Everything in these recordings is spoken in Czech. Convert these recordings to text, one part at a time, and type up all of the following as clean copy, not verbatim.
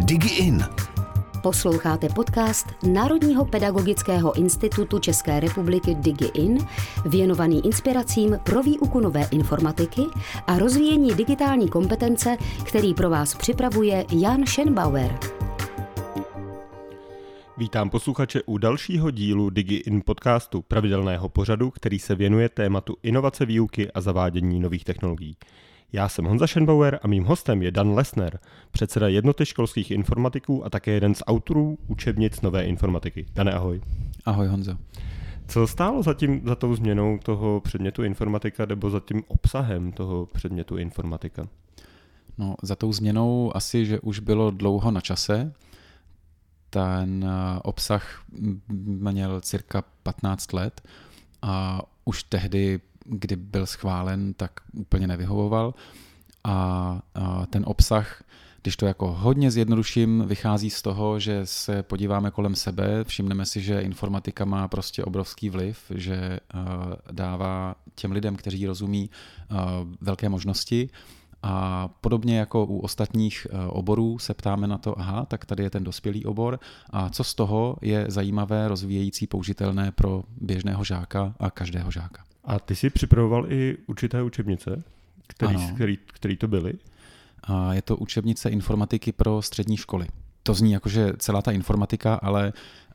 DigiIn. Posloucháte podcast Národního pedagogického institutu České republiky DigiIn, věnovaný inspiracím pro výuku nové informatiky a rozvíjení digitální kompetence, který pro vás připravuje Jan Schenbauer. Vítám posluchače u dalšího dílu DigiIn podcastu, pravidelného pořadu, který se věnuje tématu inovace výuky a zavádění nových technologií. Já jsem Honza Schenbauer a mým hostem je Dan Lesner, předseda Jednoty školských informatiků a také jeden z autorů učebnic nové informatiky. Dane, ahoj. Ahoj, Honzo. Co stálo za tou změnou toho předmětu informatika nebo za tím obsahem toho předmětu informatika? No, za tou změnou asi, že už bylo dlouho na čase. Ten obsah měl cirka 15 let a už tehdy, kdy byl schválen, tak úplně nevyhovoval. A ten obsah, když to jako hodně zjednoduším, vychází z toho, že se podíváme kolem sebe, všimneme si, že informatika má prostě obrovský vliv, že dává těm lidem, kteří rozumí, velké možnosti. A podobně jako u ostatních oborů se ptáme na to, tak tady je ten dospělý obor a co z toho je zajímavé, rozvíjející, použitelné pro běžného žáka a každého žáka. A ty jsi připravoval i určité učebnice, který to byly? Je to učebnice informatiky pro střední školy. To zní jakože celá ta informatika, ale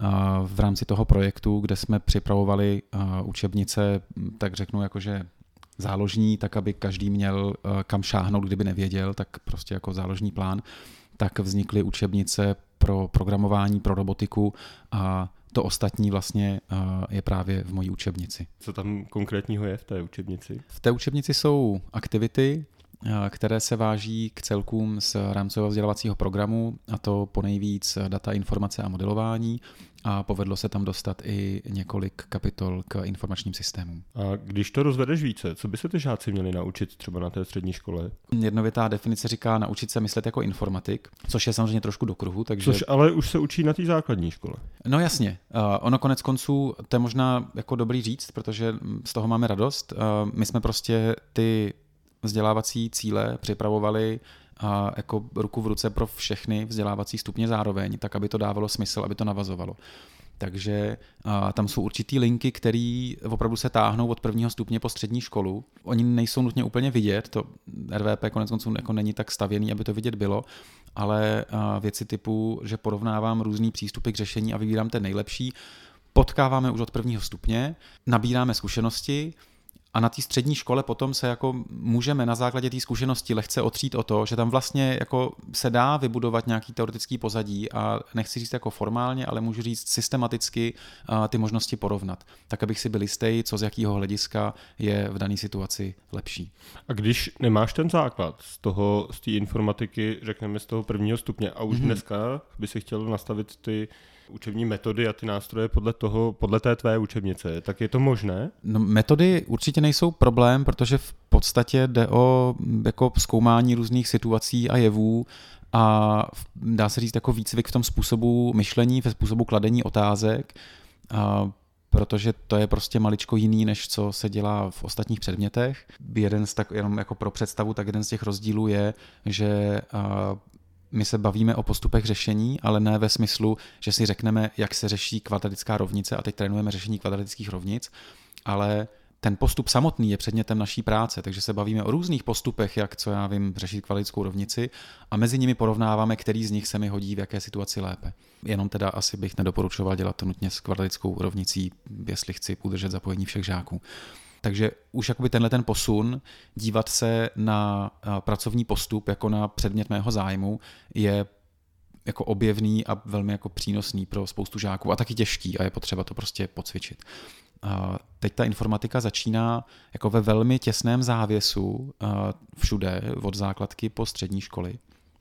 v rámci toho projektu, kde jsme připravovali učebnice, tak řeknu jakože záložní, tak aby každý měl kam šáhnout, kdyby nevěděl, tak prostě jako záložní plán, tak vznikly učebnice pro programování, pro robotiku a to ostatní vlastně je právě v mojí učebnici. Co tam konkrétního je v té učebnici? V té učebnici jsou aktivity, které se váží k celkům z rámcového vzdělávacího programu, a to ponejvíc data, informace a modelování, a povedlo se tam dostat i několik kapitol k informačním systémům. A když to rozvedeš více, co by se ty žáci měli naučit třeba na té střední škole? Jednovětá definice říká naučit se myslet jako informatik, což je samozřejmě trošku do kruhu. Takže... Což ale už se učí na té základní škole. No jasně. Ono konec konců, to je možná jako dobrý říct, protože z toho máme radost. My jsme prostě ty vzdělávací cíle připravovali jako ruku v ruce pro všechny vzdělávací stupně zároveň, tak aby to dávalo smysl, aby to navazovalo. Takže tam jsou určitý linky, které opravdu se táhnou od prvního stupně po střední školu. Oni nejsou nutně úplně vidět, to RVP konec konců jako není tak stavěný, aby to vidět bylo, ale věci typu, že porovnávám různý přístupy k řešení a vybírám ten nejlepší, potkáváme už od prvního stupně, nabíráme zkušenosti. A na té střední škole potom se jako můžeme na základě té zkušenosti lehce otřít o to, že tam vlastně jako se dá vybudovat nějaký teoretický pozadí a nechci říct jako formálně, ale můžu říct systematicky ty možnosti porovnat, tak abych si byl jistý, co z jakého hlediska je v dané situaci lepší. A když nemáš ten základ z té informatiky, řekneme z toho prvního stupně a už dneska by si chtěl nastavit ty učební metody a ty nástroje podle té tvé učebnice, tak je to možné? No, metody určitě nejsou problém, protože v podstatě jde o jako zkoumání různých situací a jevů a dá se říct jako výcvik v tom způsobu myšlení, ve způsobu kladení otázek, protože to je prostě maličko jiný, než co se dělá v ostatních předmětech. Jenom jako pro představu, tak jeden z těch rozdílů je, že my se bavíme o postupech řešení, ale ne ve smyslu, že si řekneme, jak se řeší kvadratická rovnice a teď trénujeme řešení kvadratických rovnic, ale ten postup samotný je předmětem naší práce, takže se bavíme o různých postupech, jak, co já vím, řešit kvadratickou rovnici a mezi nimi porovnáváme, který z nich se mi hodí v jaké situaci lépe. Jenom teda asi bych nedoporučoval dělat to nutně s kvadratickou rovnicí, jestli chci udržet zapojení všech žáků. Takže už jakoby tenhle ten posun, dívat se na pracovní postup jako na předmět mého zájmu je jako objevný a velmi jako přínosný pro spoustu žáků a taky těžký a je potřeba to prostě pocvičit. Teď ta informatika začíná jako ve velmi těsném závěsu všude, od základky po střední školy.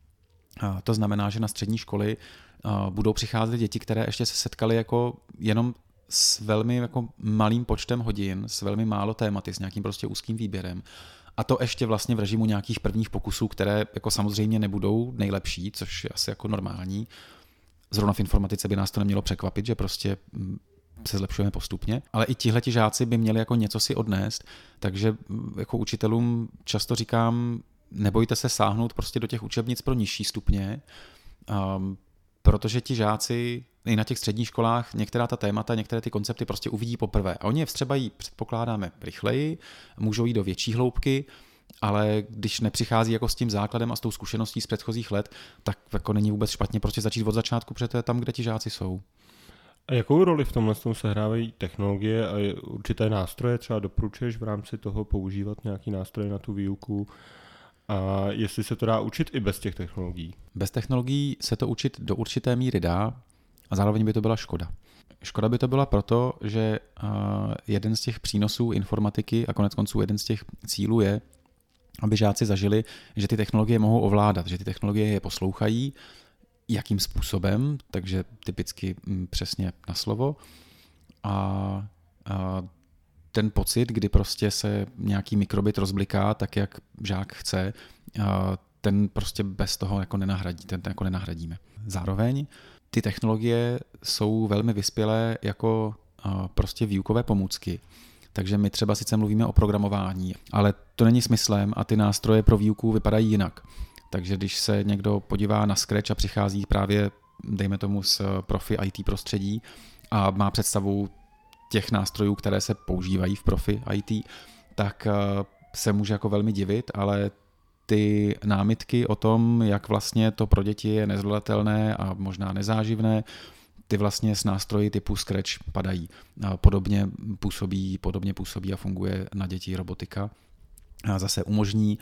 To znamená, že na střední školy budou přicházet děti, které ještě se setkaly jako jenom s velmi jako malým počtem hodin, s velmi málo tématy, s nějakým prostě úzkým výběrem. A to ještě vlastně v režimu nějakých prvních pokusů, které jako samozřejmě nebudou nejlepší, což je asi jako normální. Zrovna v informatice by nás to nemělo překvapit, že prostě se zlepšujeme postupně, ale i tihleti žáci by měli jako něco si odnést, takže jako učitelům často říkám, nebojte se sáhnout prostě do těch učebnic pro nižší stupně, protože ti žáci i na těch středních školách některá ta témata, některé ty koncepty prostě uvidí poprvé. A oni je vstřebají, předpokládáme, rychleji, můžou jít do větší hloubky, ale když nepřichází jako s tím základem a s tou zkušeností z předchozích let, tak jako není vůbec špatně prostě začít od začátku, protože to je tam, kde ti žáci jsou. A jakou roli v tomhle sehrávají technologie a určité nástroje? Třeba doporučuješ v rámci toho používat nějaký nástroje na tu výuku? A jestli se to dá učit i bez těch technologií? Bez technologií se to učit do určité míry dá a zároveň by to byla škoda. Škoda by to byla proto, že jeden z těch přínosů informatiky a konec konců jeden z těch cílů je, aby žáci zažili, že ty technologie mohou ovládat, že ty technologie je poslouchají, jakým způsobem, takže typicky přesně na slovo. A ten pocit, kdy prostě se nějaký mikrobit rozbliká tak, jak žák chce, ten prostě bez toho jako nenahradí, ten jako nenahradíme. Zároveň ty technologie jsou velmi vyspělé jako prostě výukové pomůcky. Takže my třeba sice mluvíme o programování, ale to není smyslem a ty nástroje pro výuku vypadají jinak. Takže když se někdo podívá na Scratch a přichází právě, dejme tomu, z profi IT prostředí a má představu těch nástrojů, které se používají v profi IT, tak se může jako velmi divit, ale ty námitky o tom, jak vlastně to pro děti je nezvladatelné a možná nezáživné, ty vlastně s nástroji typu Scratch padají. Podobně působí a funguje na děti robotika. A zase umožní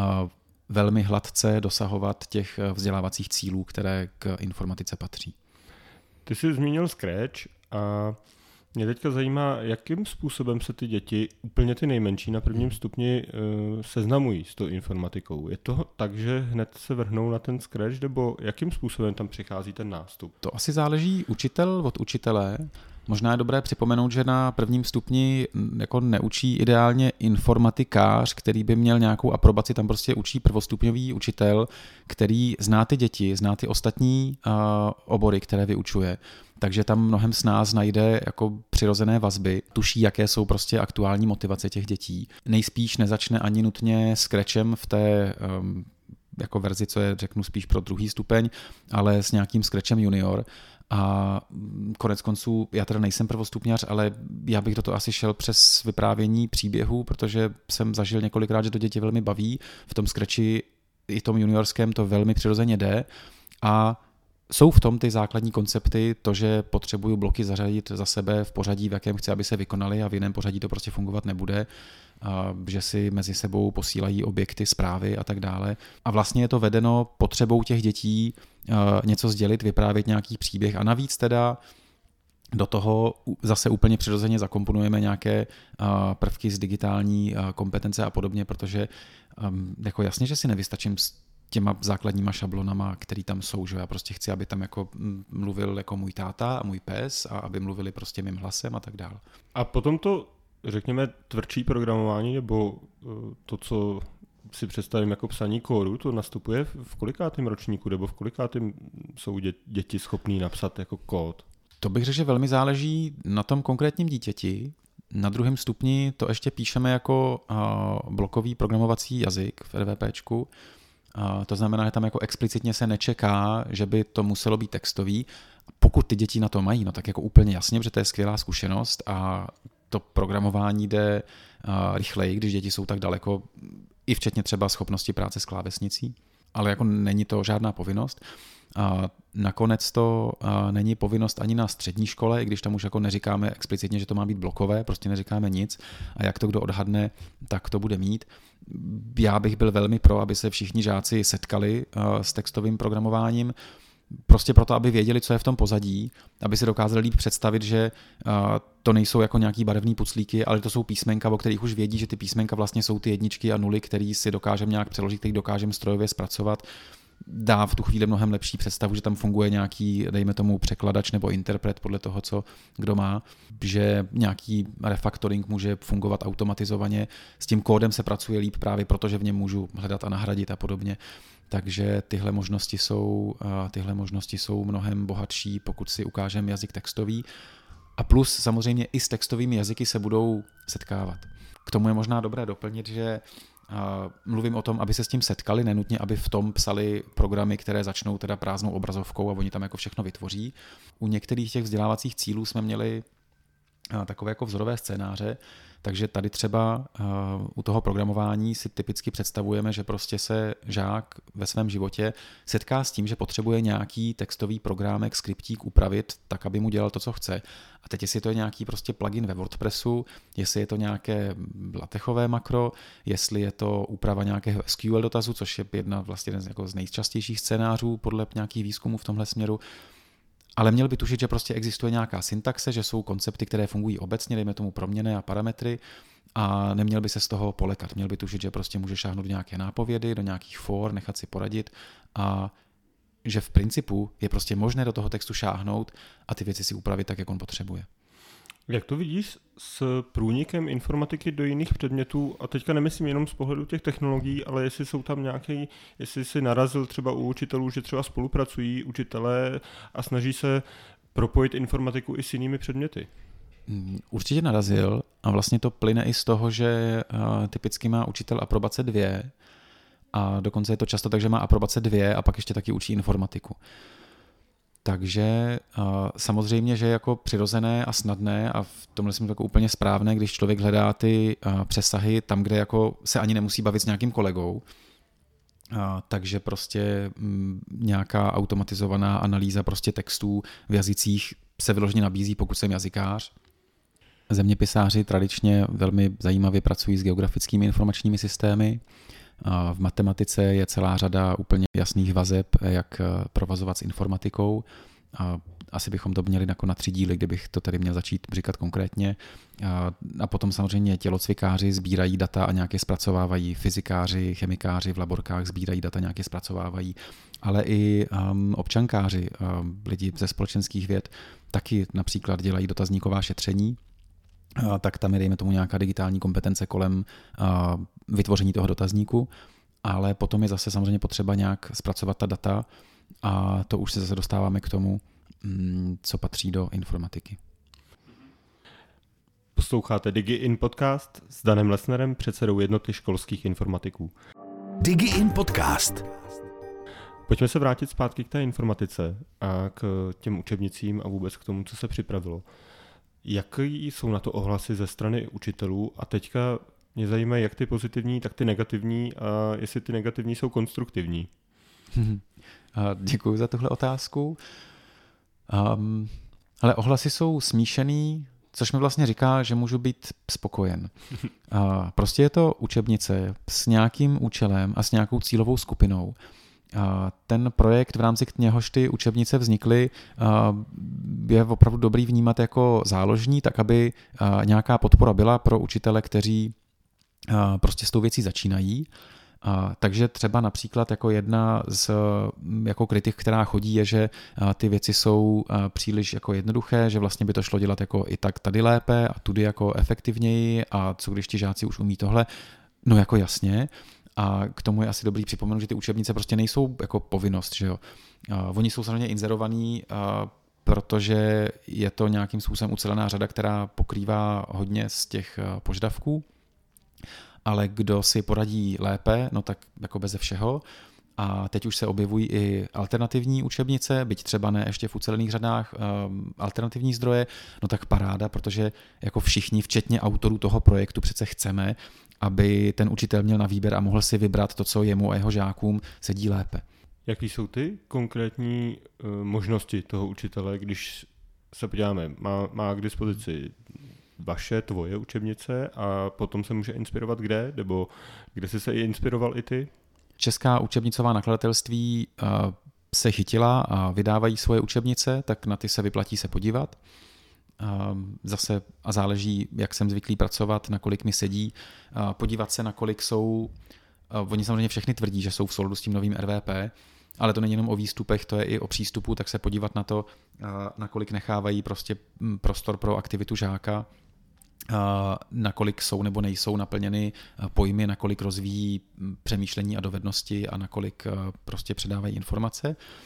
velmi hladce dosahovat těch vzdělávacích cílů, které k informatice patří. Ty jsi zmínil Scratch a mě teďka zajímá, jakým způsobem se ty děti, úplně ty nejmenší na prvním stupni, seznamují s tou informatikou. Je to tak, že hned se vrhnou na ten Scratch, nebo jakým způsobem tam přichází ten nástup? To asi záleží učitel od učitele. Možná je dobré připomenout, že na prvním stupni jako neučí ideálně informatikář, který by měl nějakou aprobaci, tam prostě učí prvostupňový učitel, který zná ty děti, zná ty ostatní obory, které vyučuje. Takže tam mnohem s nás najde jako přirozené vazby, tuší, jaké jsou prostě aktuální motivace těch dětí. Nejspíš nezačne ani nutně Scratchem v té jako verzi, co je, řeknu, spíš pro druhý stupeň, ale s nějakým Scratchem junior. A konec konců, já teda nejsem prvostupňař, ale já bych do toho asi šel přes vyprávění příběhů, protože jsem zažil několikrát, že to děti velmi baví. V tom Scratchi i tom juniorském to velmi přirozeně jde a jsou v tom ty základní koncepty, to, že potřebuju bloky zařadit za sebe v pořadí, v jakém chci, aby se vykonaly a v jiném pořadí to prostě fungovat nebude, že si mezi sebou posílají objekty, zprávy a tak dále. A vlastně je to vedeno potřebou těch dětí něco sdělit, vyprávět nějaký příběh a navíc teda do toho zase úplně přirozeně zakomponujeme nějaké prvky z digitální kompetence a podobně, protože jako jasně, že si nevystačím s těma základníma šablonama, které tam jsou, že já prostě chci, aby tam jako mluvil jako můj táta a můj pes a aby mluvili prostě mým hlasem a tak dále. A potom to, řekněme, tvrdší programování nebo to, co si představím jako psaní kódu, to nastupuje v kolikátém ročníku nebo v kolikátém jsou děti schopní napsat jako kód? To bych řekl, že velmi záleží na tom konkrétním dítěti. Na druhém stupni to ještě píšeme jako blokový programovací jazyk v RVPčku. To znamená, že tam jako explicitně se nečeká, že by to muselo být textový. Pokud ty děti na to mají, no tak jako úplně jasně, protože to je skvělá zkušenost a to programování jde rychleji, když děti jsou tak daleko, i včetně třeba schopnosti práce s klávesnicí, ale jako není to žádná povinnost. Nakonec to není povinnost ani na střední škole, i když tam už jako neříkáme explicitně, že to má být blokové, prostě neříkáme nic a jak to kdo odhadne, tak to bude mít. Já bych byl velmi pro, aby se všichni žáci setkali s textovým programováním, prostě proto, aby věděli, co je v tom pozadí, aby si dokázali líp představit, že to nejsou jako nějaký barevný puclíky, ale to jsou písmenka, o kterých už vědí, že ty písmenka vlastně jsou ty jedničky a nuly, který si dokážeme nějak přeložit, který dokážeme strojově zpracovat. Dá v tu chvíli mnohem lepší představu, že tam funguje nějaký, dejme tomu, překladač nebo interpret podle toho, co kdo má, že nějaký refactoring může fungovat automatizovaně. S tím kódem se pracuje líp právě proto, že v něm můžu hledat a nahradit a podobně. Takže tyhle možnosti jsou mnohem bohatší, pokud si ukážeme jazyk textový. A plus samozřejmě i s textovými jazyky se budou setkávat. K tomu je možná dobré doplnit, že mluvím o tom, aby se s tím setkali, nenutně, aby v tom psali programy, které začnou teda prázdnou obrazovkou a oni tam jako všechno vytvoří. U některých těch vzdělávacích cílů jsme měli takové jako vzorové scénáře, takže tady třeba u toho programování si typicky představujeme, že prostě se žák ve svém životě setká s tím, že potřebuje nějaký textový programek, skriptík upravit tak, aby mu dělal to, co chce. A teď jestli to je nějaký prostě plugin ve WordPressu, jestli je to nějaké latechové makro, jestli je to úprava nějakého SQL dotazu, což je jeden jako z nejčastějších scénářů podle nějakých výzkumů v tomhle směru. Ale měl by tušit, že prostě existuje nějaká syntaxe, že jsou koncepty, které fungují obecně, dejme tomu proměny a parametry, a neměl by se z toho polekat. Měl by tušit, že prostě může šáhnout do nějaké nápovědy, do nějakých for, nechat si poradit a že v principu je prostě možné do toho textu šáhnout a ty věci si upravit tak, jak on potřebuje. Jak to vidíš s průnikem informatiky do jiných předmětů? A teďka nemyslím jenom z pohledu těch technologií, ale jestli jsou tam nějaké, jestli si narazil třeba u učitelů, že třeba spolupracují učitelé a snaží se propojit informatiku i s jinými předměty? Určitě narazil a vlastně to plyne i z toho, že typicky má učitel aprobace 2 a dokonce je to často tak, že má aprobace 2 a pak ještě taky učí informatiku. Takže samozřejmě, že je jako přirozené a snadné a v tomhle jsem jako úplně správné, když člověk hledá ty přesahy tam, kde jako se ani nemusí bavit s nějakým kolegou. Takže prostě nějaká automatizovaná analýza prostě textů v jazycích se vyloženě nabízí, pokud jsem jazykář. Zeměpisáři tradičně velmi zajímavě pracují s geografickými informačními systémy. V matematice je celá řada úplně jasných vazeb, jak provazovat s informatikou. Asi bychom to měli jako na 3 díly, kdybych to tady měl začít říkat konkrétně. A potom samozřejmě tělocvikáři sbírají data a nějaké zpracovávají, fyzikáři, chemikáři v laborkách sbírají data, nějaké zpracovávají, ale i občankáři, lidi ze společenských věd, taky například dělají dotazníková šetření. Tak tam je, dejme tomu, nějaká digitální kompetence kolem vytvoření toho dotazníku, ale potom je zase samozřejmě potřeba nějak zpracovat ta data a to už se zase dostáváme k tomu, co patří do informatiky. Posloucháte DigiIn podcast s Danem Lesnerem, předsedou jednoty školských informatiků. DigiIn podcast. Pojďme se vrátit zpátky k té informatice a k těm učebnicím a vůbec k tomu, co se připravilo. Jaký jsou na to ohlasy ze strany učitelů a teďka mě zajímají jak ty pozitivní, tak ty negativní a jestli ty negativní jsou konstruktivní. Děkuji za tuhle otázku. Ale ohlasy jsou smíšený, což mi vlastně říká, že můžu být spokojen. Prostě je to učebnice s nějakým účelem a s nějakou cílovou skupinou. Ten projekt, v rámci něhož ty učebnice vznikly, je opravdu dobrý vnímat jako záložní, tak aby nějaká podpora byla pro učitele, kteří prostě s tou věcí začínají. Takže třeba například jako jedna z jako kritik, která chodí, je, že ty věci jsou příliš jako jednoduché, že vlastně by to šlo dělat jako i tak tady lépe a tudy jako efektivněji a co když ti žáci už umí tohle. No jako jasně. A k tomu je asi dobrý připomenout, že ty učebnice prostě nejsou jako povinnost, že jo. Oni jsou samozřejmě inzerovaní, protože je to nějakým způsobem ucelená řada, která pokrývá hodně z těch požadavků, ale kdo si poradí lépe, no tak jako beze všeho. A teď už se objevují i alternativní učebnice, byť třeba ne ještě v ucelených řadách alternativní zdroje, no tak paráda, protože jako všichni, včetně autorů toho projektu, přece chceme, aby ten učitel měl na výběr a mohl si vybrat to, co jemu a jeho žákům sedí lépe. Jaký jsou ty konkrétní možnosti toho učitele, když se podíváme, má k dispozici tvoje učebnice a potom se může inspirovat kde, nebo kde jsi se inspiroval i ty? Česká učebnicová nakladatelství se chytila a vydávají svoje učebnice, tak na ty se vyplatí se podívat. Zase a záleží, jak jsem zvyklý pracovat, na kolik mi sedí, podívat se, na kolik jsou, oni samozřejmě všechny tvrdí, že jsou v souladu s tím novým RVP, ale to není jenom o výstupech, to je i o přístupu, tak se podívat na to, na kolik nechávají prostě prostor pro aktivitu žáka, nakolik jsou nebo nejsou naplněny pojmy, nakolik rozvíjí přemýšlení a dovednosti a nakolik prostě předávají informace.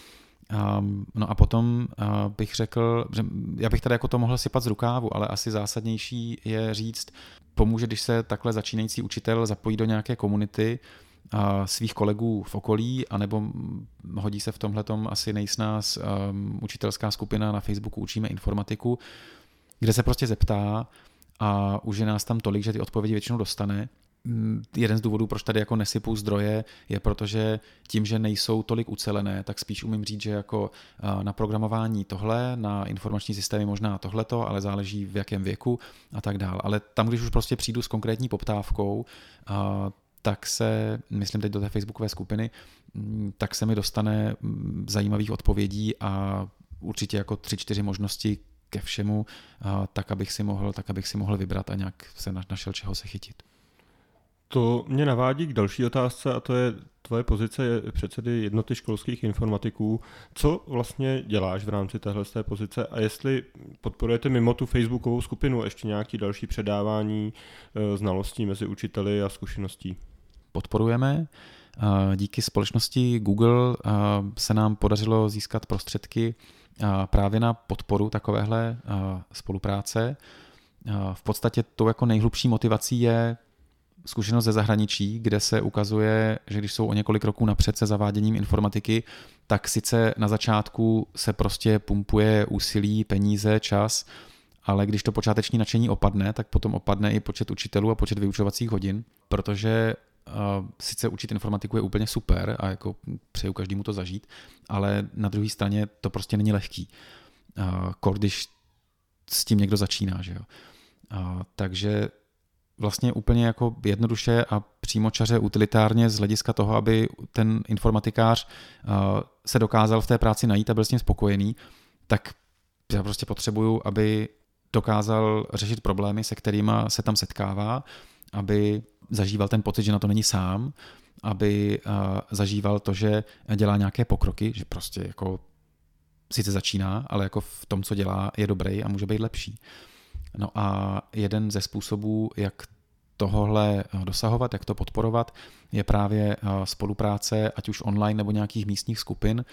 No a potom bych řekl, že já bych tady jako to mohl sypat z rukávu, ale asi zásadnější je říct, pomůže, když se takhle začínající učitel zapojí do nějaké komunity svých kolegů v okolí, anebo hodí se v tomhletom asi nejsnáz učitelská skupina na Facebooku Učíme informatiku, kde se prostě zeptá a už je nás tam tolik, že ty odpovědi většinou dostane. Jeden z důvodů, proč tady jako nesypu zdroje, je protože tím, že nejsou tolik ucelené, tak spíš umím říct, že jako na programování tohle, na informační systémy možná tohleto, ale záleží v jakém věku a tak dál. Ale tam, když už prostě přijdu s konkrétní poptávkou, tak se, myslím teď do té facebookové skupiny, tak se mi dostane zajímavých odpovědí a určitě jako 3-4 možnosti ke všemu, tak abych si mohl vybrat a nějak se našel čeho se chytit. To mě navádí k další otázce a to je tvoje pozice je předsedy jednoty školských informatiků. Co vlastně děláš v rámci téhle pozice a jestli podporujete mimo tu facebookovou skupinu ještě nějaké další předávání znalostí mezi učiteli a zkušeností? Podporujeme. Díky společnosti Google se nám podařilo získat prostředky právě na podporu takovéhle spolupráce. V podstatě tou jako nejhlubší motivací je zkušenost ze zahraničí, kde se ukazuje, že když jsou o několik roků napřed se zaváděním informatiky, tak sice na začátku se prostě pumpuje úsilí, peníze, čas, ale když to počáteční nadšení opadne, tak potom opadne i počet učitelů a počet vyučovacích hodin, protože sice učit informatiku je úplně super a jako přeju každému to zažít, ale na druhé straně to prostě není lehký. Když s tím někdo začíná, že jo. Takže vlastně úplně jako jednoduše a přímočaře utilitárně z hlediska toho, aby ten informatikář se dokázal v té práci najít a byl s tím spokojený, tak já prostě potřebuju, aby dokázal řešit problémy, se kterými se tam setkává, aby zažíval ten pocit, že na to není sám, aby zažíval to, že dělá nějaké pokroky, že prostě jako sice začíná, ale jako v tom, co dělá, je dobrý a může být lepší. No a jeden ze způsobů, jak tohle dosahovat, jak to podporovat, je právě spolupráce, ať už online nebo nějakých místních skupin.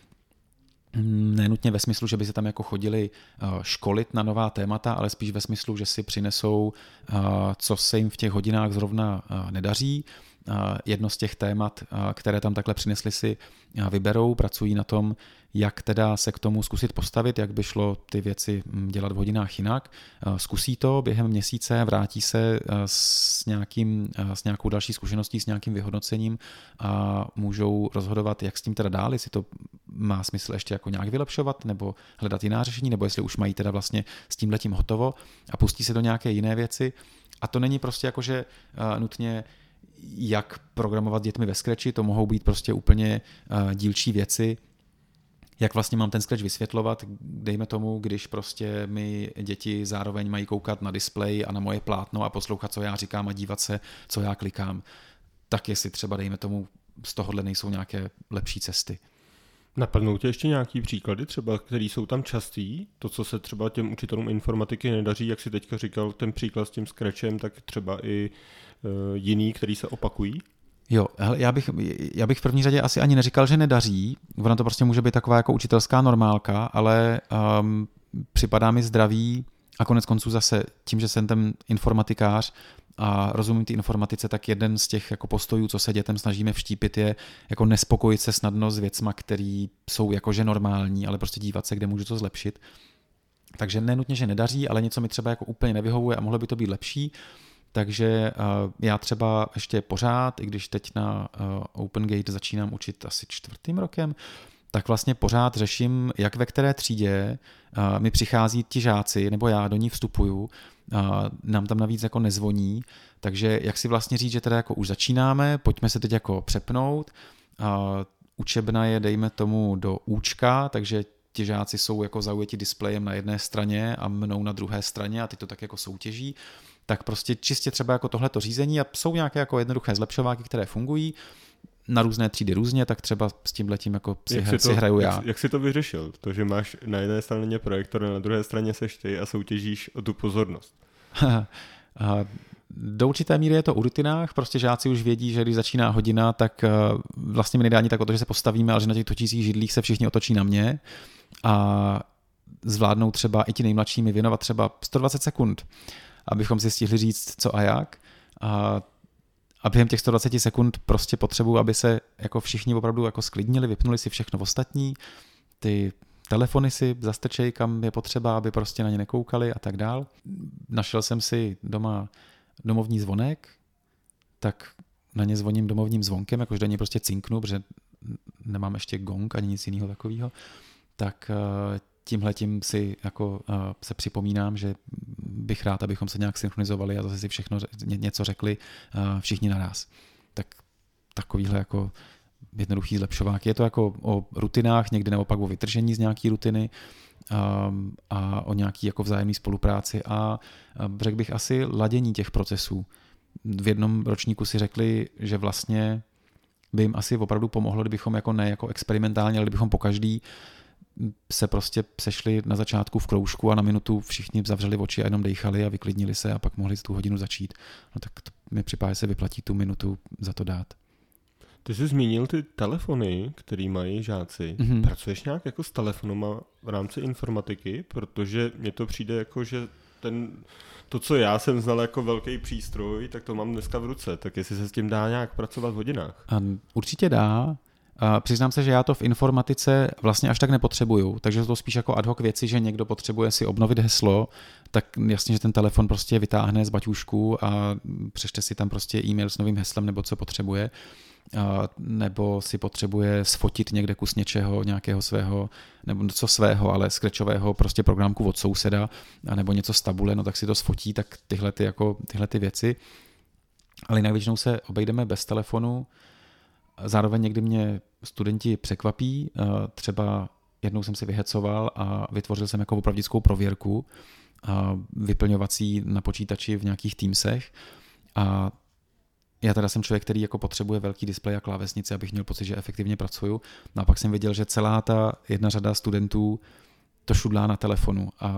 Nenutně ve smyslu, že by se tam jako chodili školit na nová témata, ale spíš ve smyslu, že si přinesou, co se jim v těch hodinách zrovna nedaří. Jedno z těch témat, které tam takhle přinesli, si vyberou, pracují na tom, jak teda se k tomu zkusit postavit, jak by šlo ty věci dělat v hodinách jinak. Zkusí to během měsíce, vrátí se s nějakou další zkušeností, s nějakým vyhodnocením a můžou rozhodovat, jak s tím teda dál, jestli to má smysl ještě jako nějak vylepšovat, nebo hledat jiná řešení, nebo jestli už mají teda vlastně s tímhletím hotovo a pustí se do nějaké jiné věci. A to není prostě jako, že nutně jak programovat dětmi ve Scratchi, to mohou být prostě úplně dílčí věci, jak vlastně mám ten Scratch vysvětlovat, dejme tomu, když prostě mi děti zároveň mají koukat na displej a na moje plátno a poslouchat, co já říkám a dívat se, co já klikám, tak jestli třeba, dejme tomu, z tohohle nejsou nějaké lepší cesty. Napadnou tě ještě nějaký příklady třeba, který jsou tam častý, to, co se třeba těm učitelům informatiky nedaří, jak si teďka říkal, ten příklad s tím Scratchem, tak třeba i jiný, který se opakují? Jo, hele, já bych v první řadě asi ani neříkal, že nedaří, ono to prostě může být taková jako učitelská normálka, ale připadá mi zdravý a konec konců zase tím, že jsem ten informatikář a rozumím ty informatice, tak jeden z těch jako postojů, co se dětem snažíme vštípit, je jako nespokojit se snadno s věcma, které jsou jakože normální, ale prostě dívat se, kde můžu to zlepšit. Takže nenutně, že nedaří, ale něco mi třeba jako úplně nevyhovuje a mohlo by to být lepší. Takže já třeba ještě pořád, i když teď na OpenGate začínám učit asi 4. rokem, tak vlastně pořád řeším, jak ve které třídě mi přichází ti žáci, nebo já do ní vstupuju, nám tam navíc jako nezvoní, takže jak si vlastně říct, že teda jako už začínáme, pojďme se teď jako přepnout, učebna je dejme tomu do účka, takže ti žáci jsou jako zaujati displejem na jedné straně a mnou na druhé straně a ty to tak jako soutěží, tak prostě čistě třeba jako tohleto řízení a jsou nějaké jako jednoduché zlepšováky, které fungují, na různé třídy různě, tak třeba s tímhletím jako si hraju já. Jak jsi to vyřešil? To, že máš na jedné straně projektor, na druhé straně seš ty a soutěžíš o tu pozornost. Do určité míry je to o rutinách, prostě žáci už vědí, že když začíná hodina, tak vlastně mi nejde ani tak o to, že se postavíme, ale že na těch točících židlích se všichni otočí na mě a zvládnou třeba i ti nejmladší mi věnovat třeba 120 sekund, abychom si stihli říct co a jak. A během těch 120 sekund prostě potřebuji, aby se jako všichni opravdu jako sklidnili, vypnuli si všechno ostatní, ty telefony si zastrčejí, kam je potřeba, aby prostě na ně nekoukali a tak dál. Našel jsem si doma domovní zvonek, tak na ně zvoním domovním zvonkem, jakož do něj prostě cinknu, protože nemám ještě gong ani nic jiného takového. Tak tímhletím si jako se připomínám, že bych rád, abychom se nějak synchronizovali a zase si všechno něco řekli všichni naraz. Tak takovýhle jako jednoduchý zlepšovák. Je to jako o rutinách, někdy naopak o vytržení z nějaký rutiny a o nějaký jako vzájemné spolupráci a řekl bych asi ladění těch procesů. V jednom ročníku si řekli, že vlastně by jim asi opravdu pomohlo, kdybychom jako ne jako experimentálně, ale kdybychom pokaždý se prostě sešli na začátku v kroužku a na minutu všichni zavřeli oči a jenom dejchali a vyklidnili se a pak mohli tu hodinu začít. No tak to mi připadá, že se vyplatí tu minutu za to dát. Ty jsi zmínil ty telefony, který mají žáci. Mm-hmm. Pracuješ nějak jako s telefonama v rámci informatiky? Protože mně to přijde jako, že to, co já jsem znal jako velký přístroj, tak to mám dneska v ruce. Tak jestli se s tím dá nějak pracovat v hodinách? Určitě dá. Přiznám se, že já to v informatice vlastně až tak nepotřebuju, takže to spíš jako ad hoc věci, že někdo potřebuje si obnovit heslo, tak jasně, že ten telefon prostě vytáhne z baťůžku a přečte si tam prostě e-mail s novým heslem nebo co potřebuje, nebo si potřebuje sfotit někde kus něčeho, nějakého svého, nebo co svého, ale scratchového prostě programku od souseda, nebo něco z tabule, no tak si to sfotí, tak tyhle ty věci. Ale jinak většinou se obejdeme bez telefonu. Zároveň někdy mě studenti překvapí, třeba jednou jsem si vyhecoval a vytvořil jsem jako opravdickou prověrku vyplňovací na počítači v nějakých Teamsech a já teda jsem člověk, který jako potřebuje velký displej a klávesnici, abych měl pocit, že efektivně pracuju. No a pak jsem viděl, že celá ta jedna řada studentů to šudlá na telefonu a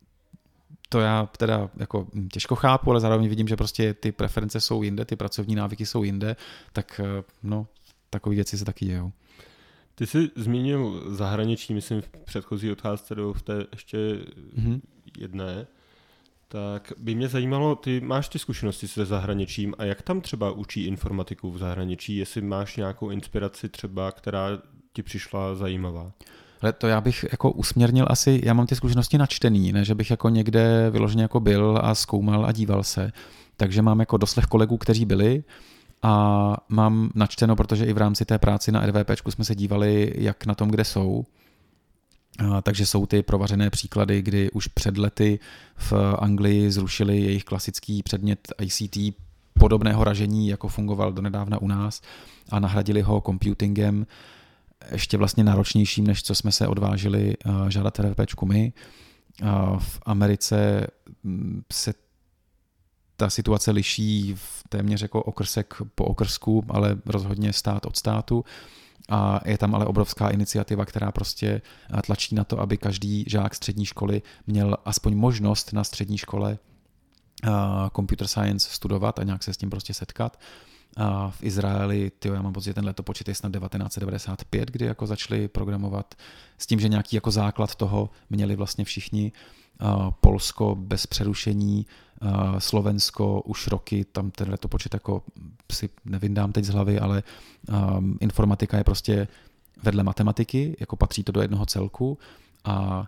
to já teda jako těžko chápu, ale zároveň vidím, že prostě ty preference jsou jinde, ty pracovní návyky jsou jinde, tak no, takové věci se taky dějou. Ty jsi zmínil zahraničí, myslím v předchozí otázce do v té ještě jedné, tak by mě zajímalo, ty máš ty zkušenosti se zahraničím a jak tam třeba učí informatiku v zahraničí, jestli máš nějakou inspiraci třeba, která ti přišla zajímavá? Ale to já bych jako usměrnil asi, já mám ty zkušenosti načtený, ne, že bych jako někde vyloženě jako byl a zkoumal a díval se, takže mám jako doslech kolegů, kteří byli a mám načteno, protože i v rámci té práci na RVPčku jsme se dívali, jak na tom, kde jsou. Takže jsou ty provařené příklady, kdy už před lety v Anglii zrušili jejich klasický předmět ICT podobného ražení, jako fungoval donedávna u nás a nahradili ho computingem, ještě vlastně náročnějším, než co jsme se odvážili žádat RVPčku my. V Americe se ta situace liší v téměř jako okrsek po okrsku, ale rozhodně stát od státu. A je tam ale obrovská iniciativa, která prostě tlačí na to, aby každý žák střední školy měl aspoň možnost na střední škole computer science studovat a nějak se s tím prostě setkat. A v Izraeli, já mám pocit, že ten letopočet je snad 1995, kdy jako začali programovat s tím, že nějaký jako základ toho měli vlastně všichni. Polsko bez přerušení, Slovensko už roky, tam ten letopočet jako si nevyndám teď z hlavy, ale informatika je prostě vedle matematiky, jako patří to do jednoho celku a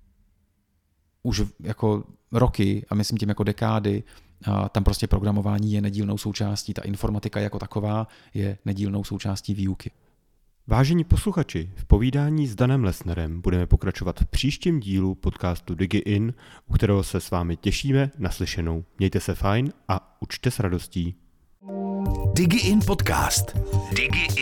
už jako roky, a myslím tím jako dekády, tam prostě programování je nedílnou součástí, ta informatika jako taková je nedílnou součástí výuky. Vážení posluchači, v povídání s Danem Lesnerem budeme pokračovat v příštím dílu podcastu DigiIn, u kterého se s vámi těšíme na slyšenou. Mějte se fajn a učte s radostí. DigiIn podcast. DigiIn.